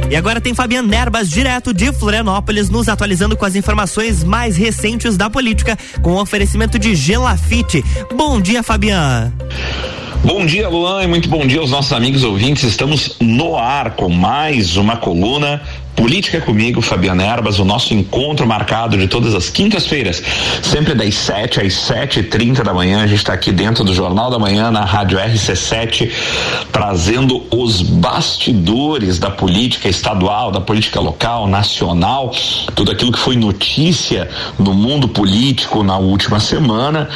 E agora tem Fabiana Erbas, direto de Florianópolis, nos atualizando com as informações mais recentes da política, com o oferecimento de Gelafite. Bom dia, Fabiana. Bom dia, Luan, e muito bom dia aos nossos amigos ouvintes. Estamos no ar com mais uma coluna Política comigo, Fabiana Erbas, o nosso encontro marcado de todas as quintas-feiras, sempre das 7 às 7h30 da manhã. A gente está aqui dentro do Jornal da Manhã, na Rádio RC7, trazendo os bastidores da política estadual, da política local, nacional, tudo aquilo que foi notícia no mundo político na última semana.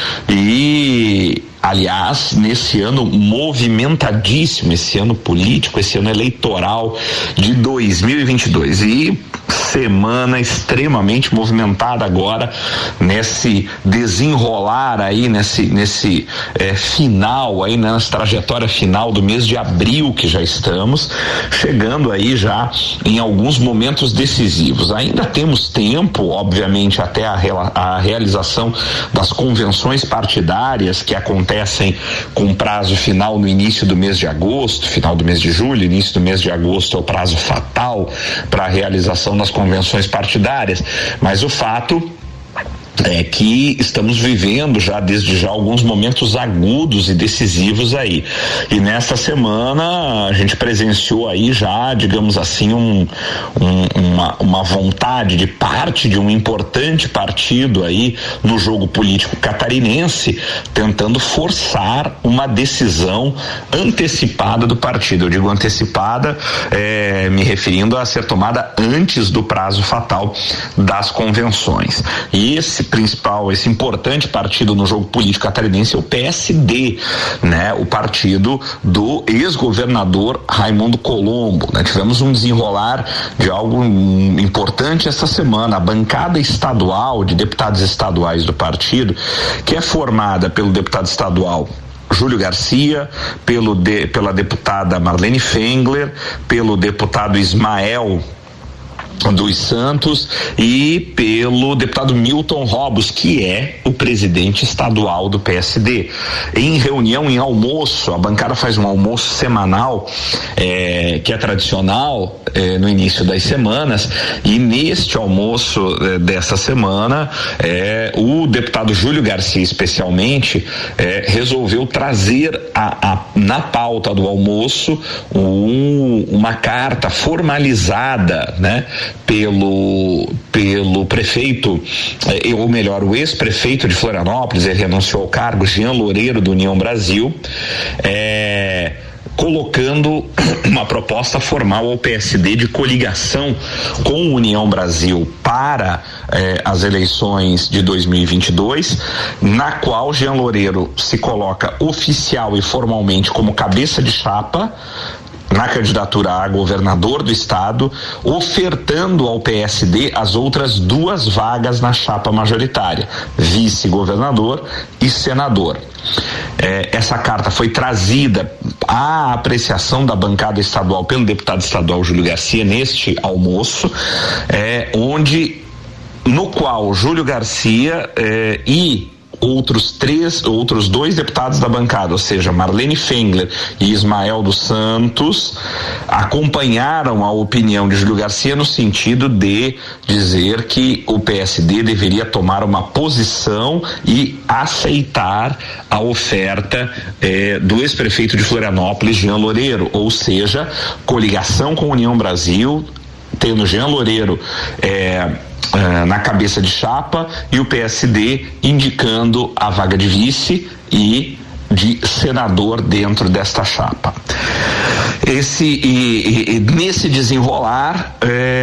E aliás, nesse ano movimentadíssimo, esse ano político, esse ano eleitoral de 2022, e semana extremamente movimentada agora nesse desenrolar aí, nesse final aí, nessa trajetória final do mês de abril que já estamos, chegando aí já em alguns momentos decisivos. Ainda temos tempo, obviamente, até a realização das convenções partidárias que acontecem com prazo final no início do mês de agosto, final do mês de julho, início do mês de agosto é o prazo fatal para a realização das convenções partidárias, mas o fato é que estamos vivendo desde já alguns momentos agudos e decisivos aí, e nesta semana a gente presenciou aí já, digamos assim, uma vontade de parte de um importante partido aí no jogo político catarinense, tentando forçar uma decisão antecipada do partido. Eu digo antecipada, me referindo a ser tomada antes do prazo fatal das convenções. E esse importante partido no jogo político catarinense é o PSD, né? O partido do ex-governador Raimundo Colombo, né? Tivemos um desenrolar de algo importante essa semana. A bancada estadual de deputados estaduais do partido, que é formada pelo deputado estadual Júlio Garcia, pela deputada Marlene Fengler, pelo deputado Ismael dos Santos e pelo deputado Milton Robos, que é o presidente estadual do PSD. Em reunião, em almoço, a bancada faz um almoço semanal, que é tradicional no início das semanas, e neste almoço dessa semana, o deputado Júlio Garcia, especialmente, resolveu trazer na pauta do almoço uma carta formalizada, né, pelo prefeito, ou melhor, o ex-prefeito de Florianópolis. Ele renunciou ao cargo, Jean Loureiro, do União Brasil, colocando uma proposta formal ao PSD de coligação com a União Brasil para as eleições de 2022, na qual Jean Loureiro se coloca oficial e formalmente como cabeça de chapa na candidatura a governador do estado, ofertando ao PSD as outras 2 vagas na chapa majoritária, vice-governador e senador. Essa carta foi trazida à apreciação da bancada estadual pelo deputado estadual Júlio Garcia neste almoço, no qual Júlio Garcia e outros 2 deputados da bancada, ou seja, Marlene Fengler e Ismael dos Santos, acompanharam a opinião de Júlio Garcia no sentido de dizer que o PSD deveria tomar uma posição e aceitar a oferta do ex-prefeito de Florianópolis, Jean Loureiro, ou seja, coligação com a União Brasil, tendo Jean Loureiro na cabeça de chapa e o PSD indicando a vaga de vice e de senador dentro desta chapa. Nesse desenrolar,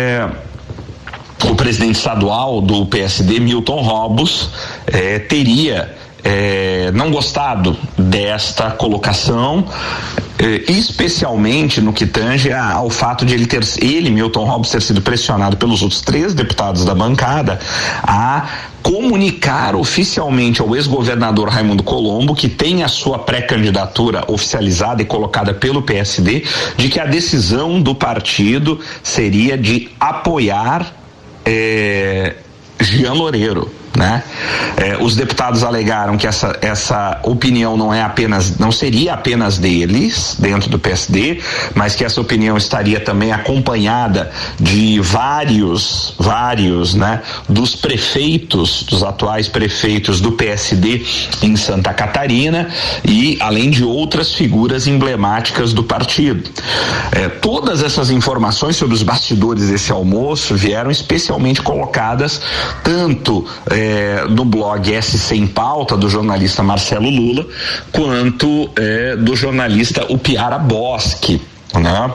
o presidente estadual do PSD, Milton Robos, teria não gostado desta colocação, especialmente no que tange ao fato de ele, Milton Robos, ter sido pressionado pelos outros 3 deputados da bancada a comunicar oficialmente ao ex-governador Raimundo Colombo, que tem a sua pré-candidatura oficializada e colocada pelo PSD, de que a decisão do partido seria de apoiar Jean Loureiro, né? Os deputados alegaram que essa opinião não seria apenas deles, dentro do PSD, mas que essa opinião estaria também acompanhada de vários, né, dos atuais prefeitos do PSD em Santa Catarina e além de outras figuras emblemáticas do partido. Todas essas informações sobre os bastidores desse almoço vieram especialmente colocadas tanto no blog SC em Pauta do jornalista Marcelo Lula quanto do jornalista Upiara Bosque, né?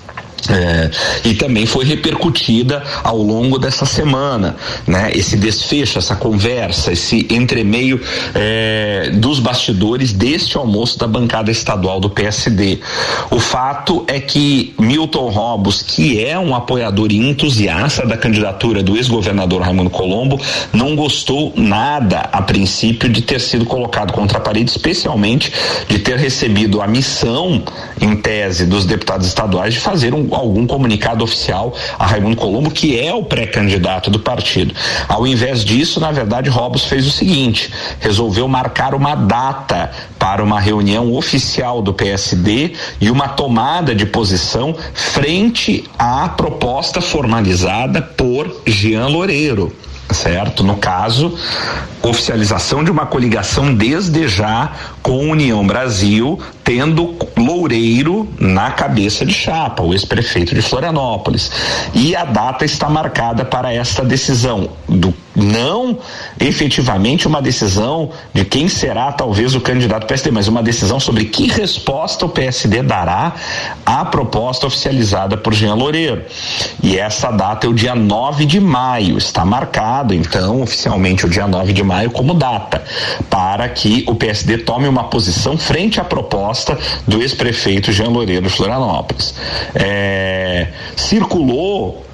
E também foi repercutida ao longo dessa semana, né? Esse desfecho, essa conversa, esse entremeio dos bastidores deste almoço da bancada estadual do PSD. O fato é que Milton Robbos, que é um apoiador e entusiasta da candidatura do ex-governador Raimundo Colombo, não gostou nada a princípio de ter sido colocado contra a parede, especialmente de ter recebido a missão, em tese, dos deputados estaduais de fazer algum comunicado oficial a Raimundo Colombo, que é o pré-candidato do partido. Ao invés disso, na verdade, Robbos fez o seguinte: resolveu marcar uma data para uma reunião oficial do PSD e uma tomada de posição frente à proposta formalizada por Jean Loureiro, certo? No caso, oficialização de uma coligação desde já com União Brasil, tendo Loureiro na cabeça de chapa, o ex-prefeito de Florianópolis. E a data está marcada para esta decisão, não efetivamente uma decisão de quem será talvez o candidato do PSD, mas uma decisão sobre que resposta o PSD dará à proposta oficializada por Jean Loureiro. E essa data é o dia 9 de maio, está marcado então oficialmente o dia 9 de maio como data, para que o PSD tome uma posição frente à proposta do ex-prefeito Jean Loureiro de Florianópolis. Circulou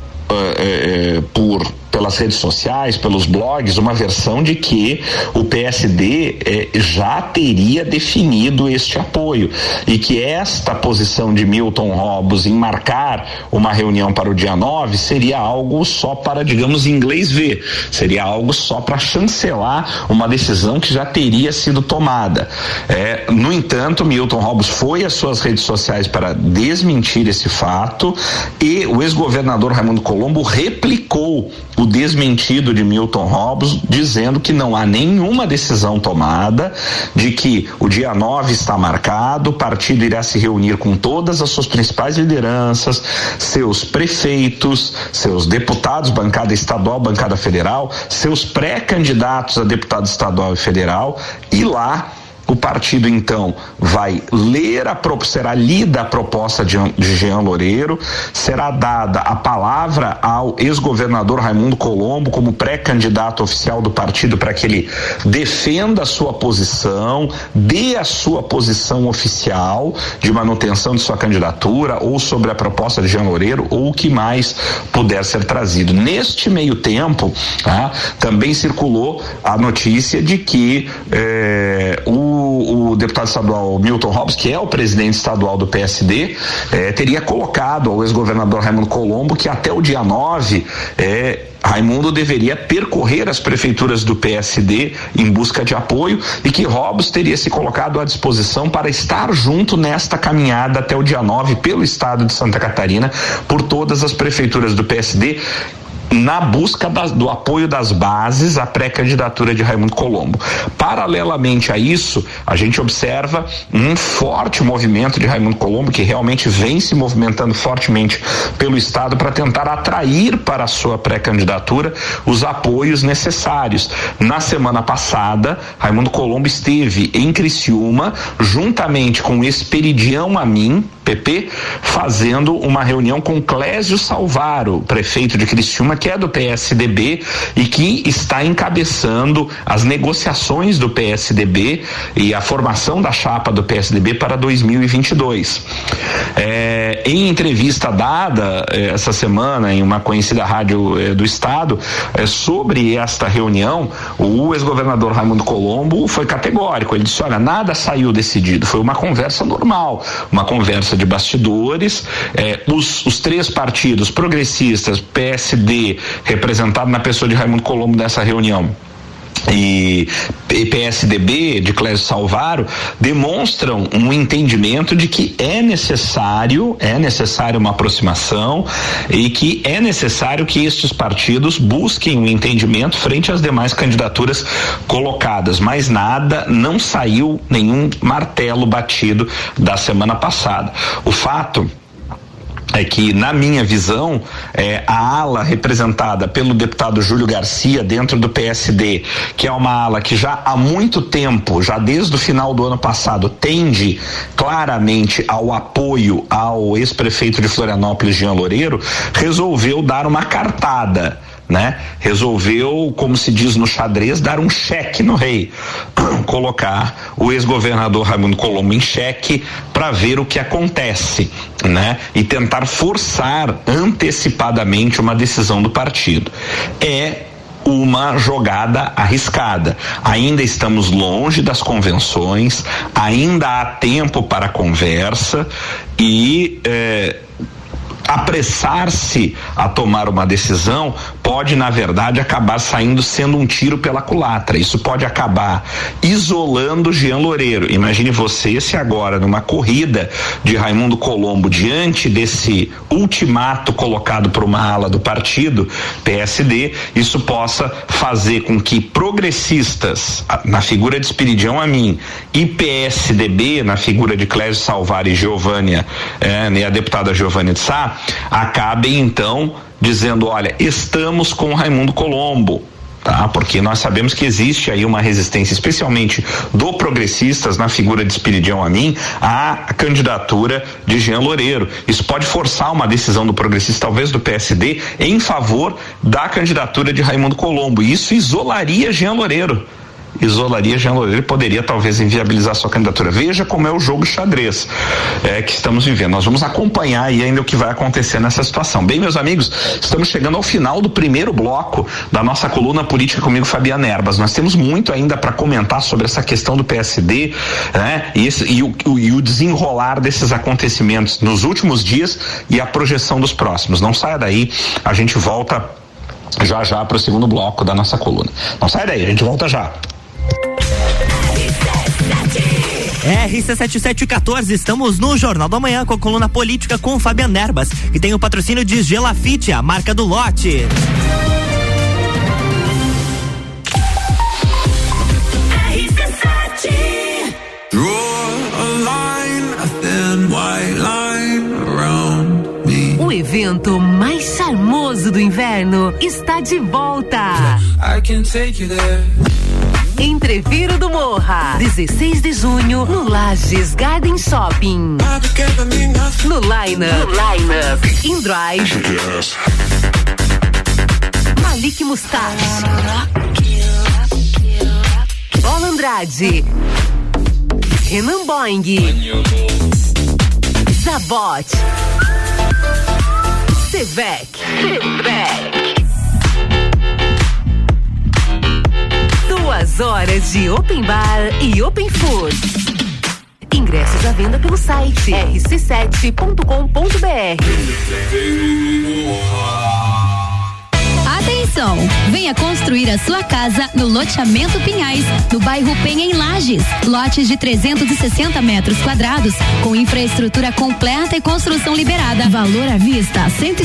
pelas redes sociais, pelos blogs, uma versão de que o PSD já teria definido este apoio e que esta posição de Milton Robbos em marcar uma reunião para o dia 9 seria algo só para, digamos, inglês ver, seria algo só para chancelar uma decisão que já teria sido tomada. No entanto, Milton Robbos foi às suas redes sociais para desmentir esse fato e o ex-governador Raimundo Colombo replicou o desmentido de Milton Robbos, dizendo que não há nenhuma decisão tomada, de que o dia 9 está marcado, o partido irá se reunir com todas as suas principais lideranças, seus prefeitos, seus deputados, bancada estadual, bancada federal, seus pré-candidatos a deputado estadual e federal, e lá o partido então vai será lida a proposta de Jean Loureiro, será dada a palavra ao ex-governador Raimundo Colombo como pré-candidato oficial do partido para que ele defenda a sua posição, dê a sua posição oficial de manutenção de sua candidatura ou sobre a proposta de Jean Loureiro ou o que mais puder ser trazido. Neste meio tempo, também circulou a notícia de que o deputado estadual Milton Robbos, que é o presidente estadual do PSD, teria colocado ao ex-governador Raimundo Colombo que até o dia 9 Raimundo deveria percorrer as prefeituras do PSD em busca de apoio e que Robbos teria se colocado à disposição para estar junto nesta caminhada até o dia 9 pelo estado de Santa Catarina, por todas as prefeituras do PSD, na busca do apoio das bases à pré-candidatura de Raimundo Colombo. Paralelamente a isso, a gente observa um forte movimento de Raimundo Colombo, que realmente vem se movimentando fortemente pelo estado para tentar atrair para a sua pré-candidatura os apoios necessários. Na semana passada, Raimundo Colombo esteve em Criciúma, juntamente com Esperidião Amin, PP, fazendo uma reunião com Clésio Salvaro, prefeito de Criciúma, que é do PSDB e que está encabeçando as negociações do PSDB e a formação da chapa do PSDB para 2022. Em entrevista dada essa semana em uma conhecida rádio do estado sobre esta reunião, o ex-governador Raimundo Colombo foi categórico. Ele disse: olha, nada saiu decidido, foi uma conversa normal, uma conversa de bastidores. Os três partidos progressistas, PSD, representado na pessoa de Raimundo Colombo nessa reunião, e PSDB de Clésio Salvaro demonstram um entendimento de que é necessário uma aproximação e que é necessário que estes partidos busquem um entendimento frente às demais candidaturas colocadas, mas não saiu nenhum martelo batido da semana passada. O fato é que, na minha visão, a ala representada pelo deputado Júlio Garcia dentro do PSD, que é uma ala que já há muito tempo, já desde o final do ano passado, tende claramente ao apoio ao ex-prefeito de Florianópolis, Jean Loureiro, resolveu dar uma cartada, né? Resolveu, como se diz no xadrez, dar um cheque no rei, colocar o ex-governador Raimundo Colombo em xeque para ver o que acontece, né? E tentar forçar antecipadamente uma decisão do partido. É uma jogada arriscada. Ainda estamos longe das convenções, ainda há tempo para conversa e apressar-se a tomar uma decisão pode, na verdade, acabar sendo um tiro pela culatra. Isso pode acabar isolando Jean Loureiro. Imagine você se agora, numa corrida de Raimundo Colombo, diante desse ultimato colocado por uma ala do partido PSD, isso possa fazer com que progressistas, na figura de Espiridião Amin, e PSDB, na figura de Clésio Salvaro e Giovânia, e a deputada Giovânia de Sá, acabem então dizendo: olha, estamos com Raimundo Colombo, tá? Porque nós sabemos que existe aí uma resistência, especialmente do Progressistas, na figura de Espiridião Amin, à candidatura de Jean Loureiro. Isso pode forçar uma decisão do Progressista, talvez do PSD, em favor da candidatura de Raimundo Colombo. E isso isolaria Jean Loureiro e poderia talvez inviabilizar sua candidatura. Veja como é o jogo xadrez que estamos vivendo. Nós vamos acompanhar aí ainda o que vai acontecer nessa situação. Bem, meus amigos, estamos chegando ao final do primeiro bloco da nossa coluna Política comigo, Fabiana Erbas. Nós temos muito ainda para comentar sobre essa questão do PSD, né? E o desenrolar desses acontecimentos nos últimos dias e a projeção dos próximos. Não saia daí, a gente volta já para o segundo bloco da nossa coluna. Não saia daí, a gente volta já. RC7714, estamos no Jornal da Manhã com a coluna Política com Fabiana Erbas, que tem o patrocínio de Gelafite, a marca do lote. O evento mais charmoso do inverno está de volta. Entreviro do Morra, 16 de junho, no Lages Garden Shopping. No Line-Up, In Drive, Malik Mustache, Bola Andrade, Renan Boing, Zabot, Sevec. 2 horas de Open Bar e Open Food. Ingressos à venda pelo site rc7.com.br. Atenção! Venha construir a sua casa no loteamento Pinhais, no bairro Penha, em Lages. Lotes de 360 metros quadrados, com infraestrutura completa e construção liberada. Valor à vista,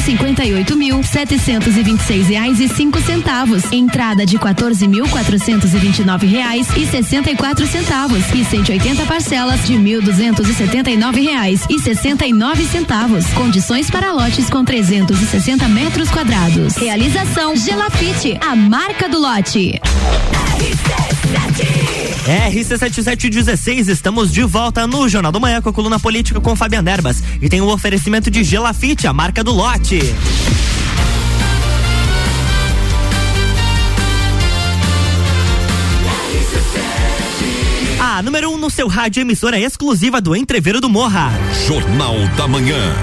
R$158.726,05. Entrada de R$14.429,64 e 180 parcelas de R$1.279,69. Condições para lotes com 360 metros quadrados. Realização Gelafite, a marca do lote. RC7716, estamos de volta no Jornal da Manhã com a coluna Política com Fabiana Erbas, e tem o oferecimento de Gelafite, a marca do lote. A número 1 no seu rádio, emissora exclusiva do Entreviro do Morra. Jornal da Manhã.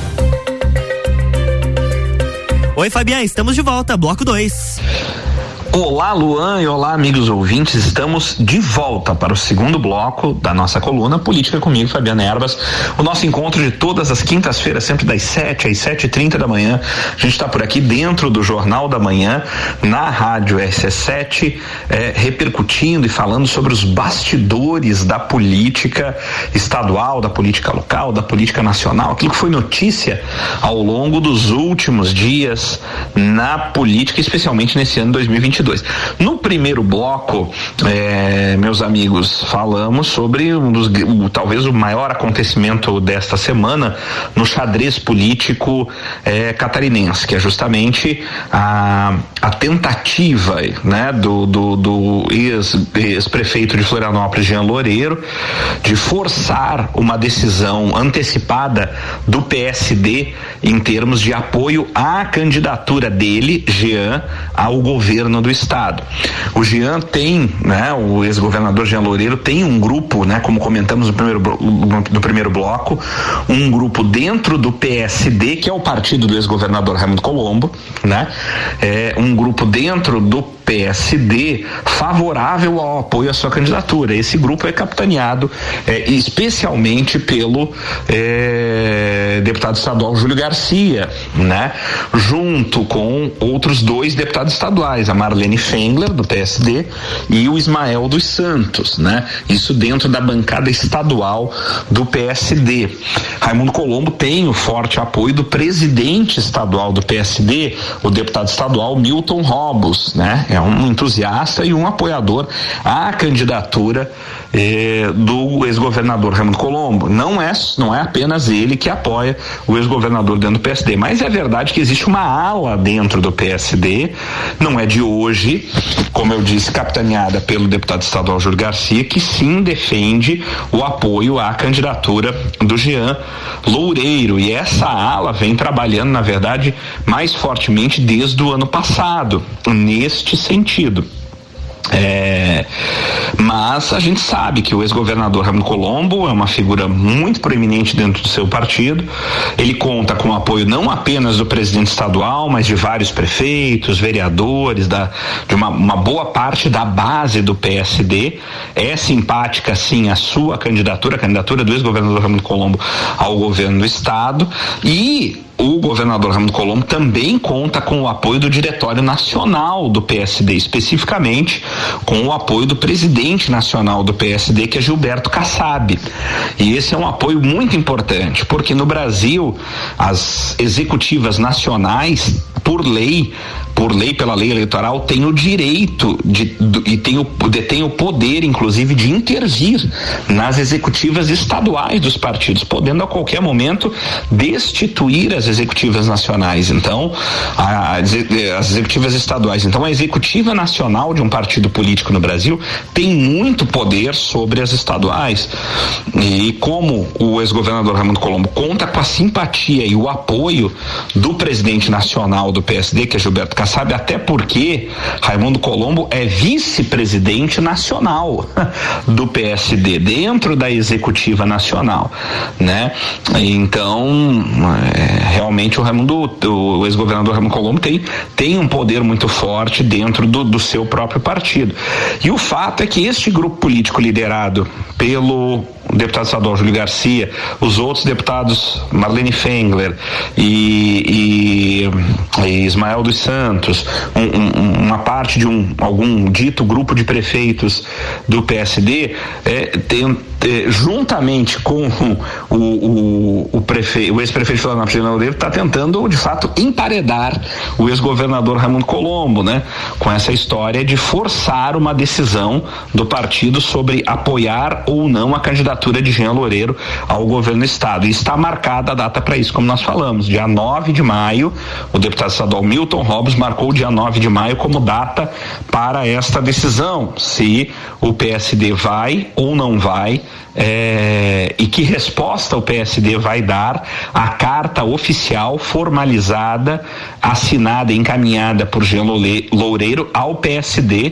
Oi, Fabiana, estamos de volta, bloco 2. Olá, Luan, e olá, amigos ouvintes. Estamos de volta para o segundo bloco da nossa coluna Política comigo, Fabiana Erbas. O nosso encontro de todas as quintas-feiras, sempre das 7 às 7h30 da manhã. A gente está por aqui dentro do Jornal da Manhã, na Rádio RC7, repercutindo e falando sobre os bastidores da política estadual, da política local, da política nacional, aquilo que foi notícia ao longo dos últimos dias na política, especialmente nesse ano 2022. No primeiro bloco, meus amigos, falamos sobre talvez o maior acontecimento desta semana no xadrez político catarinense, que é justamente a tentativa, né, do ex-prefeito de Florianópolis, Jean Loureiro, de forçar uma decisão antecipada do PSD em termos de apoio à candidatura dele, Jean, ao governo do estado. O Jean tem, né, o ex-governador Jean Loureiro tem um grupo, né, como comentamos no primeiro bloco, um grupo dentro do PSD, que é o partido do ex-governador Raimundo Colombo, né, um grupo dentro do PSD favorável ao apoio à sua candidatura. Esse grupo é capitaneado especialmente pelo deputado estadual Júlio Garcia, né? Junto com outros 2 deputados estaduais, a Marlene Fengler, do PSD, e o Ismael dos Santos, né? Isso dentro da bancada estadual do PSD. Raimundo Colombo tem o forte apoio do presidente estadual do PSD, o deputado estadual Milton Robos, né? É um entusiasta e um apoiador à candidatura do ex-governador Raimundo Colombo. Não é apenas ele que apoia o ex-governador dentro do PSD, mas é verdade que existe uma ala dentro do PSD, não é de hoje, como eu disse, capitaneada pelo deputado estadual Júlio Garcia, que sim defende o apoio à candidatura do Jean Loureiro, e essa ala vem trabalhando, na verdade, mais fortemente desde o ano passado, neste sentido. Mas a gente sabe que o ex-governador Raimundo Colombo é uma figura muito proeminente dentro do seu partido. Ele conta com o apoio não apenas do presidente estadual, mas de vários prefeitos, vereadores, de uma boa parte da base do PSD. É simpática, sim, a sua candidatura, a candidatura do ex-governador Raimundo Colombo ao governo do estado, e o governador Raimundo Colombo também conta com o apoio do Diretório Nacional do PSD, especificamente com o apoio do presidente nacional do PSD, que é Gilberto Kassab. E esse é um apoio muito importante, porque no Brasil as executivas nacionais, pela lei eleitoral, tem o direito detém o poder, inclusive, de intervir nas executivas estaduais dos partidos, podendo a qualquer momento destituir as executivas nacionais. Então, as executivas estaduais. Então, a executiva nacional de um partido político no Brasil tem muito poder sobre as estaduais. E como o ex-governador Raimundo Colombo conta com a simpatia e o apoio do presidente nacional do PSD, que é Gilberto Kassab, até porque Raimundo Colombo é vice-presidente nacional do PSD, dentro da executiva nacional, né? Então, realmente o ex-governador Raimundo Colombo tem um poder muito forte dentro do seu próprio partido. E o fato é que este grupo político liderado pelo deputado estadual Júlio Garcia, os outros deputados Marlene Fengler e Ismael dos Santos, uma parte de algum dito grupo de prefeitos do PSD, juntamente com o ex-prefeito de Florianópolis, Jean Loureiro, está tentando de fato emparedar o ex-governador Raimundo Colombo, né? Com essa história de forçar uma decisão do partido sobre apoiar ou não a candidatura de Jean Loureiro ao governo do estado. E está marcada a data para isso, como nós falamos, dia 9 de maio, o deputado estadual Milton Robos marcou o dia 9 de maio como data para esta decisão, se o PSD vai ou não vai, e que resposta o PSD vai dar à carta oficial formalizada, assinada e encaminhada por Jean Loureiro ao PSD,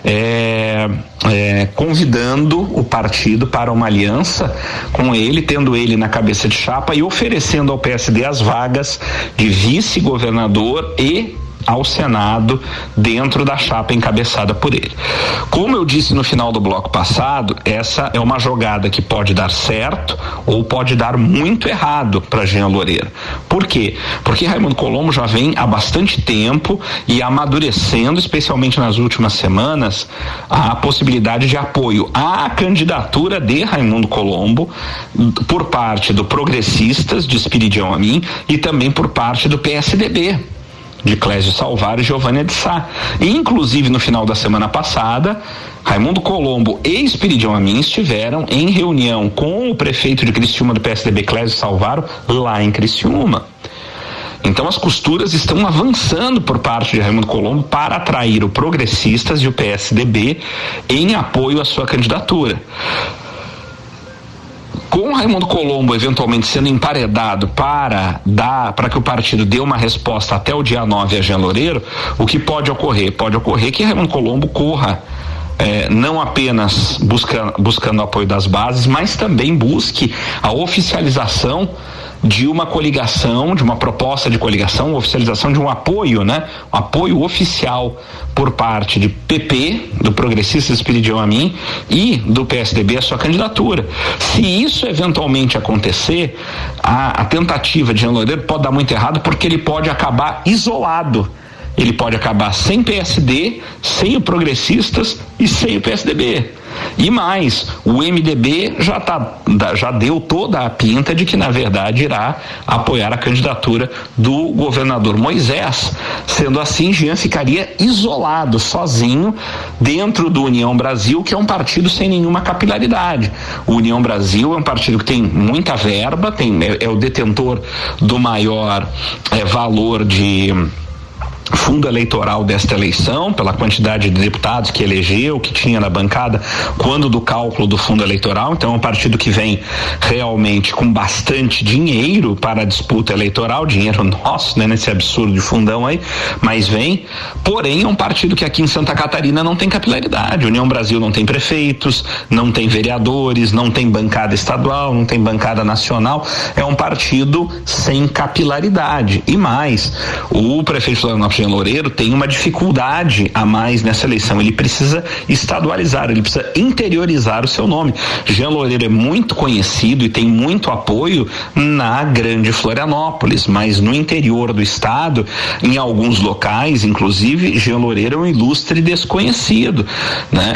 convidando o partido para uma aliança com ele, tendo ele na cabeça de chapa e oferecendo ao PSD as vagas de vice-governador e ao Senado dentro da chapa encabeçada por ele. Como eu disse no final do bloco passado, essa é uma jogada que pode dar certo ou pode dar muito errado para Jean Loureiro. Por quê? Porque Raimundo Colombo já vem há bastante tempo e amadurecendo, especialmente nas últimas semanas, a possibilidade de apoio à candidatura de Raimundo Colombo por parte do Progressistas, de Espiridião Amin, e também por parte do PSDB, de Clésio Salvaro e Giovânia de Sá. E, inclusive, no final da semana passada, Raimundo Colombo e Espiridião Amin estiveram em reunião com o prefeito de Criciúma do PSDB, Clésio Salvaro, lá em Criciúma. Então as costuras estão avançando por parte de Raimundo Colombo para atrair o Progressistas e o PSDB em apoio à sua candidatura. Com Raimundo Colombo eventualmente sendo emparedado para que o partido dê uma resposta até o dia 9 a Jean Loureiro, o que pode ocorrer? Pode ocorrer que Raimundo Colombo corra não apenas buscando o apoio das bases, mas também busque a oficialização de uma coligação, de uma proposta de coligação, oficialização de um apoio, né? Um apoio oficial por parte de PP, do Progressista Espiridião Amin e do PSDB a sua candidatura. Se isso eventualmente acontecer, a tentativa de Jean Loureiro pode dar muito errado, porque ele pode acabar isolado. Ele pode acabar sem PSD, sem o Progressistas e sem o PSDB. E mais, o MDB já deu toda a pinta de que, na verdade, irá apoiar a candidatura do governador Moisés. Sendo assim, Jean ficaria isolado, sozinho, dentro do União Brasil, que é um partido sem nenhuma capilaridade. O União Brasil é um partido que tem muita verba, é o detentor do maior valor de fundo eleitoral desta eleição, pela quantidade de deputados que elegeu, que tinha na bancada, quando do cálculo do fundo eleitoral. Então é um partido que vem realmente com bastante dinheiro para a disputa eleitoral, dinheiro nosso, né, nesse absurdo de fundão aí, mas vem. Porém é um partido que aqui em Santa Catarina não tem capilaridade. União Brasil não tem prefeitos, não tem vereadores, não tem bancada estadual, não tem bancada nacional. É um partido sem capilaridade. E mais, o prefeito de Florianópolis, Jean Loureiro, tem uma dificuldade a mais nessa eleição. Ele precisa estadualizar, ele precisa interiorizar o seu nome. Jean Loureiro é muito conhecido e tem muito apoio na grande Florianópolis, mas no interior do estado, em alguns locais, inclusive, Jean Loureiro é um ilustre desconhecido, né?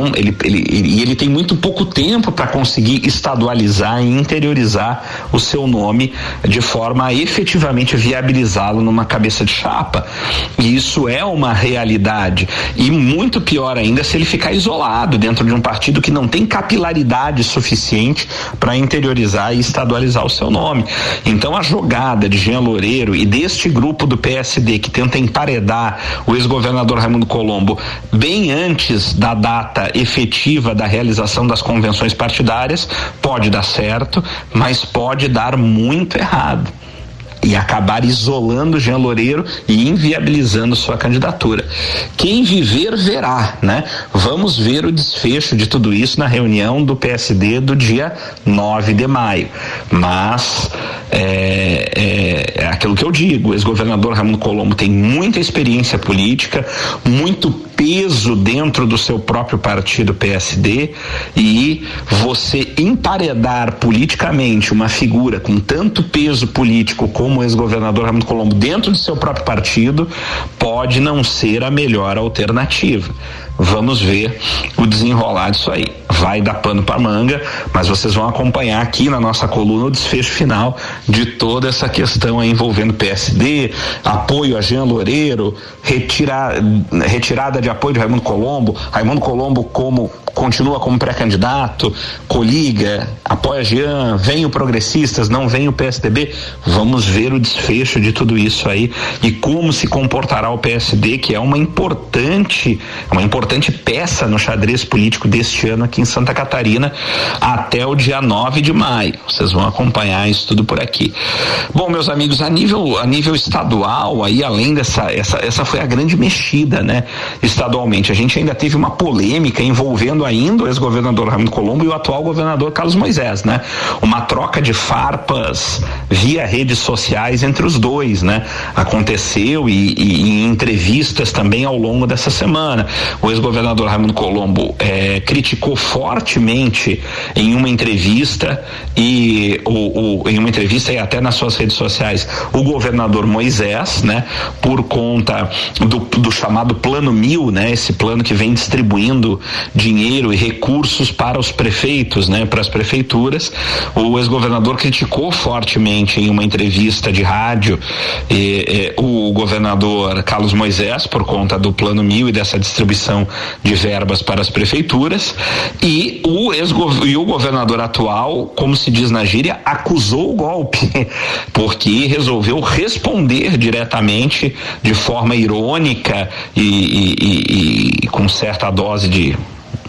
Ele tem muito pouco tempo para conseguir estadualizar e interiorizar o seu nome de forma a efetivamente viabilizá-lo numa cabeça de chapa. E isso é uma realidade, e muito pior ainda se ele ficar isolado dentro de um partido que não tem capilaridade suficiente para interiorizar e estadualizar o seu nome. Então a jogada de Jean Loureiro e deste grupo do PSD que tenta emparedar o ex-governador Raimundo Colombo bem antes da data efetiva da realização das convenções partidárias pode dar certo, mas pode dar muito errado e acabar isolando Jean Loureiro e inviabilizando sua candidatura. Quem viver verá, né? Vamos ver o desfecho de tudo isso na reunião do PSD do dia 9 de maio. Mas é aquilo que eu digo, o ex-governador Raimundo Colombo tem muita experiência política, muito peso dentro do seu próprio partido PSD, e você emparedar politicamente uma figura com tanto peso político como o ex-governador Raimundo Colombo dentro do seu próprio partido pode não ser a melhor alternativa. Vamos ver o desenrolar disso aí. Vai dar pano para manga, mas vocês vão acompanhar aqui na nossa coluna o desfecho final de toda essa questão aí envolvendo PSD, apoio a Jean Loureiro, retirada de apoio de Raimundo Colombo continua como pré-candidato, coliga, apoia Jean, vem o Progressistas, não vem o PSDB. Vamos ver o desfecho de tudo isso aí e como se comportará o PSD, que é uma importante importante peça no xadrez político deste ano aqui em Santa Catarina até o dia 9 de maio. Vocês vão acompanhar isso tudo por aqui. Bom, meus amigos, a nível estadual, aí além essa foi a grande mexida, né? Estadualmente, a gente ainda teve uma polêmica envolvendo ainda o ex-governador Raimundo Colombo e o atual governador Carlos Moisés, né? Uma troca de farpas via redes sociais entre os dois, né? Aconteceu e em entrevistas também ao longo dessa semana. O ex-governador Raimundo Colombo criticou fortemente em uma entrevista e até nas suas redes sociais o governador Moisés, né? Por conta do chamado Plano 1000, né? Esse plano que vem distribuindo dinheiro e recursos para os prefeitos, né? Para as prefeituras. O ex-governador criticou fortemente em uma entrevista de rádio o governador Carlos Moisés por conta do Plano 1000 e dessa distribuição de verbas para as prefeituras, e o governador atual, como se diz na gíria, acusou o golpe, porque resolveu responder diretamente de forma irônica e com certa dose de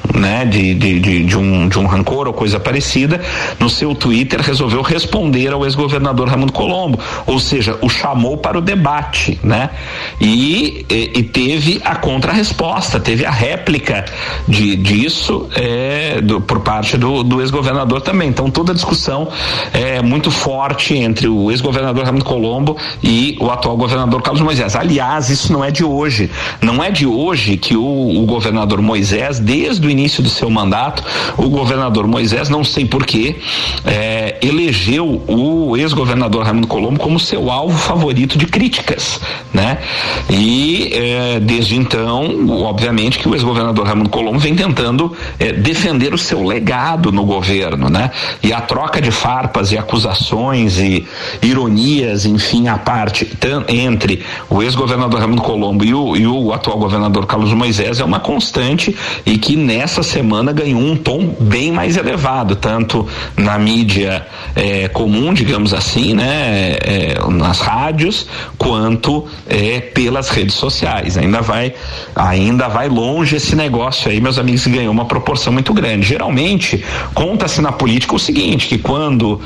um rancor ou coisa parecida, no seu Twitter resolveu responder ao ex-governador Raimundo Colombo, ou seja, o chamou para o debate, né? E teve a contra-resposta, teve a réplica disso por parte do ex-governador também. Então toda a discussão é muito forte entre o ex-governador Raimundo Colombo e o atual governador Carlos Moisés. Aliás, isso não é de hoje que o governador Moisés, desde o início do seu mandato, o governador Moisés, não sei porquê, elegeu o ex-governador Raimundo Colombo como seu alvo favorito de críticas, né? E desde então, obviamente que o ex-governador Raimundo Colombo vem tentando defender o seu legado no governo, né? E a troca de farpas e acusações e ironias, enfim, à parte, entre o ex-governador Raimundo Colombo e o atual governador Carlos Moisés é uma constante, e que nessa semana ganhou um tom bem mais elevado, tanto na mídia comum, digamos assim, né? Nas rádios, quanto pelas redes sociais. Ainda vai longe esse negócio aí, meus amigos, que ganhou uma proporção muito grande. Geralmente, conta-se na política o seguinte, que quando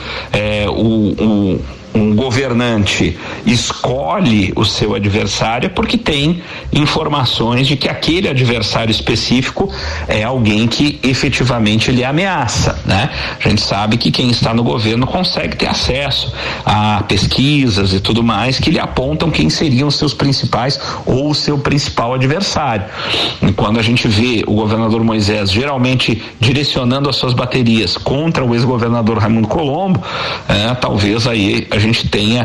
um governante escolhe o seu adversário é porque tem informações de que aquele adversário específico é alguém que efetivamente lhe ameaça, né? A gente sabe que quem está no governo consegue ter acesso a pesquisas e tudo mais que lhe apontam quem seriam os seus principais ou o seu principal adversário. E quando a gente vê o governador Moisés geralmente direcionando as suas baterias contra o ex-governador Raimundo Colombo, talvez aí a gente tenha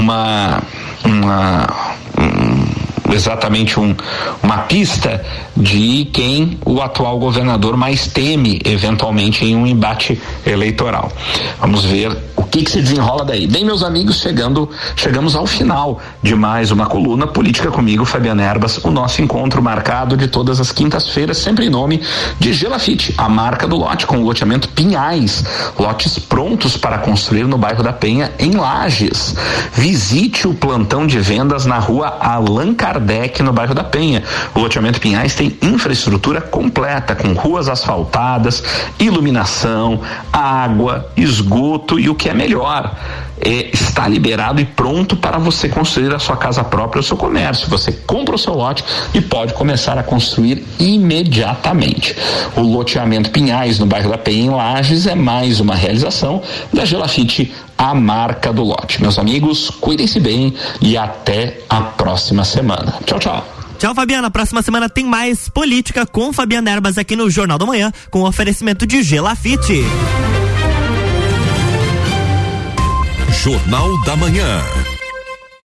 exatamente uma pista de quem o atual governador mais teme eventualmente em um embate eleitoral. Vamos ver o que se desenrola daí. Bem, meus amigos, chegamos ao final de mais uma coluna Política comigo, Fabiana Erbas, o nosso encontro marcado de todas as quintas-feiras, sempre em nome de Gelafite, a marca do lote, com o loteamento Pinhais, lotes prontos para construir no bairro da Penha, em Lages. Visite o plantão de vendas na rua Allan Kardec, no bairro da Penha. O loteamento Pinhais tem infraestrutura completa, com ruas asfaltadas, iluminação, água, esgoto e o que é melhor, está liberado e pronto para você construir a sua casa própria, o seu comércio. Você compra o seu lote e pode começar a construir imediatamente. O loteamento Pinhais, no bairro da Penha, em Lages, é mais uma realização da Gelafite, a marca do lote. Meus amigos, cuidem-se bem e até a próxima semana. Tchau, tchau. Tchau, Fabiana. Próxima semana tem mais Política com Fabiana Erbas aqui no Jornal da Manhã, com oferecimento de Gelafite. Jornal da Manhã.